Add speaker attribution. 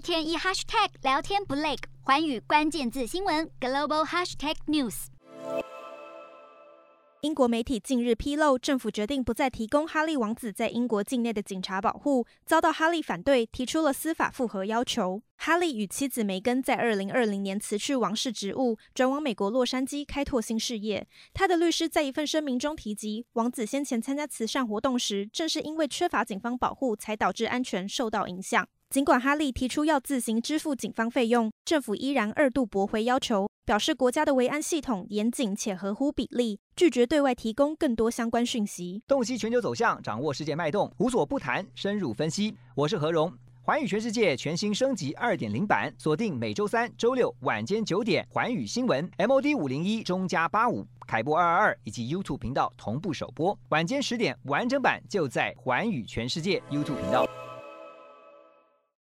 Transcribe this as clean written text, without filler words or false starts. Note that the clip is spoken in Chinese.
Speaker 1: 天一 hashtag 聊天不累，寰宇关键字新闻 global hashtag news。
Speaker 2: 英国媒体近日披露，政府决定不再提供哈利王子在英国境内的警察保护，遭到哈利反对，提出了司法复核要求。哈利与妻子梅根在2020年辞去王室职务，转往美国洛杉矶开拓新事业。他的律师在一份声明中提及，王子先前参加慈善活动时，正是因为缺乏警方保护，才导致安全受到影响。尽管哈利提出要自行支付警方费用，政府依然2度驳回要求，表示国家的维安系统严谨且合乎比例，拒绝对外提供更多相关讯息。
Speaker 3: 洞悉全球走向，掌握世界脉动，无所不谈，深入分析。我是何荣。寰宇全世界全新升级2.0版，锁定每周3、周6晚间9点，寰宇新闻 MOD 501中加85凯播222以及 YouTube 频道同步首播，晚间10点完整版就在寰宇全世界 YouTube 频道。